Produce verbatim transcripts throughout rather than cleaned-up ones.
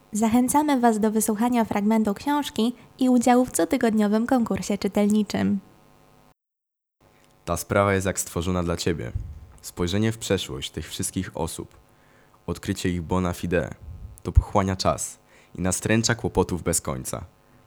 Zachęcamy Was do wysłuchania fragmentu książki i udziału w cotygodniowym konkursie czytelniczym. Ta sprawa jest jak stworzona dla Ciebie. Spojrzenie w przeszłość tych wszystkich osób, odkrycie ich bona fide, to pochłania czas i nastręcza kłopotów bez końca.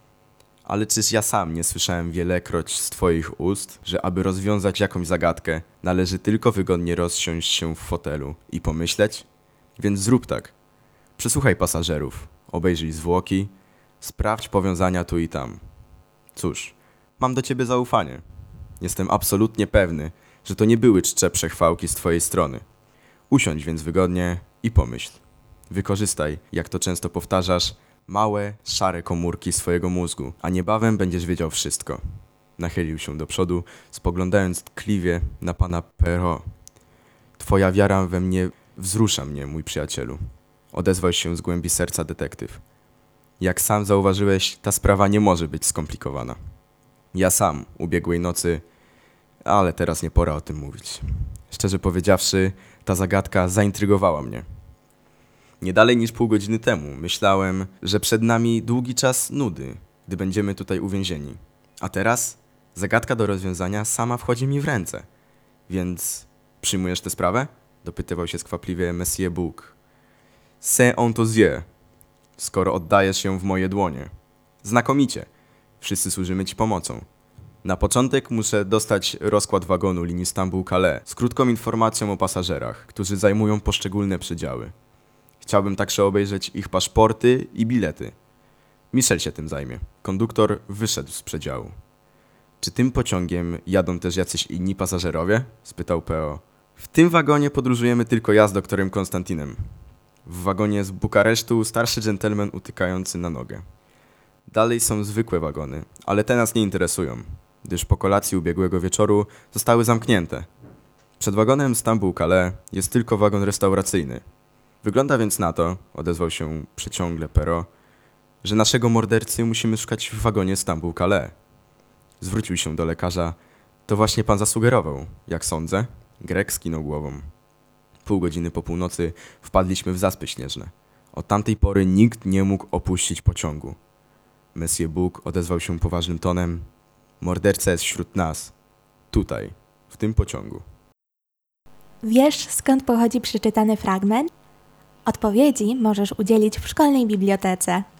Ale czyż ja sam nie słyszałem wielekroć z Twoich ust, że aby rozwiązać jakąś zagadkę, należy tylko wygodnie rozsiąść się w fotelu i pomyśleć? Więc zrób tak. Przesłuchaj pasażerów, obejrzyj zwłoki, sprawdź powiązania tu i tam. Cóż, mam do Ciebie zaufanie. Jestem absolutnie pewny, że to nie były czcze przechwałki z Twojej strony. Usiądź więc wygodnie i pomyśl. Wykorzystaj, jak to często powtarzasz, małe, szare komórki swojego mózgu, a niebawem będziesz wiedział wszystko. Nachylił się do przodu, spoglądając tkliwie na pana Perrault. Twoja wiara we mnie wzrusza mnie, mój przyjacielu. Odezwał się z głębi serca detektyw. Jak sam zauważyłeś, ta sprawa nie może być skomplikowana. Ja sam, ubiegłej nocy, ale teraz nie pora o tym mówić. Szczerze powiedziawszy, ta zagadka zaintrygowała mnie. Nie dalej niż pół godziny temu myślałem, że przed nami długi czas nudy, gdy będziemy tutaj uwięzieni. A teraz zagadka do rozwiązania sama wchodzi mi w ręce. Więc przyjmujesz tę sprawę? Dopytywał się skwapliwie Monsieur Bouc. C'est enthousiasme, skoro oddajesz ją w moje dłonie. Znakomicie. Wszyscy służymy Ci pomocą. Na początek muszę dostać rozkład wagonu linii Stambuł-Calais z krótką informacją o pasażerach, którzy zajmują poszczególne przedziały. Chciałbym także obejrzeć ich paszporty i bilety. Michel się tym zajmie. Konduktor wyszedł z przedziału. Czy tym pociągiem jadą też jacyś inni pasażerowie? Spytał P O. W tym wagonie podróżujemy tylko ja z doktorem Konstantinem. W wagonie z Bukaresztu starszy dżentelmen utykający na nogę. Dalej są zwykłe wagony, ale te nas nie interesują, gdyż po kolacji ubiegłego wieczoru zostały zamknięte. Przed wagonem Stambuł-Calais jest tylko wagon restauracyjny. Wygląda więc na to, odezwał się przeciągle Perrault, że naszego mordercy musimy szukać w wagonie Stambuł-Calais. Zwrócił się do lekarza. To właśnie pan zasugerował, jak sądzę? Grek skinął głową. Pół godziny po północy wpadliśmy w zaspy śnieżne. Od tamtej pory nikt nie mógł opuścić pociągu. Monsieur Bouc odezwał się poważnym tonem. Morderca jest wśród nas. Tutaj, w tym pociągu. Wiesz, skąd pochodzi przeczytany fragment? Odpowiedzi możesz udzielić w szkolnej bibliotece.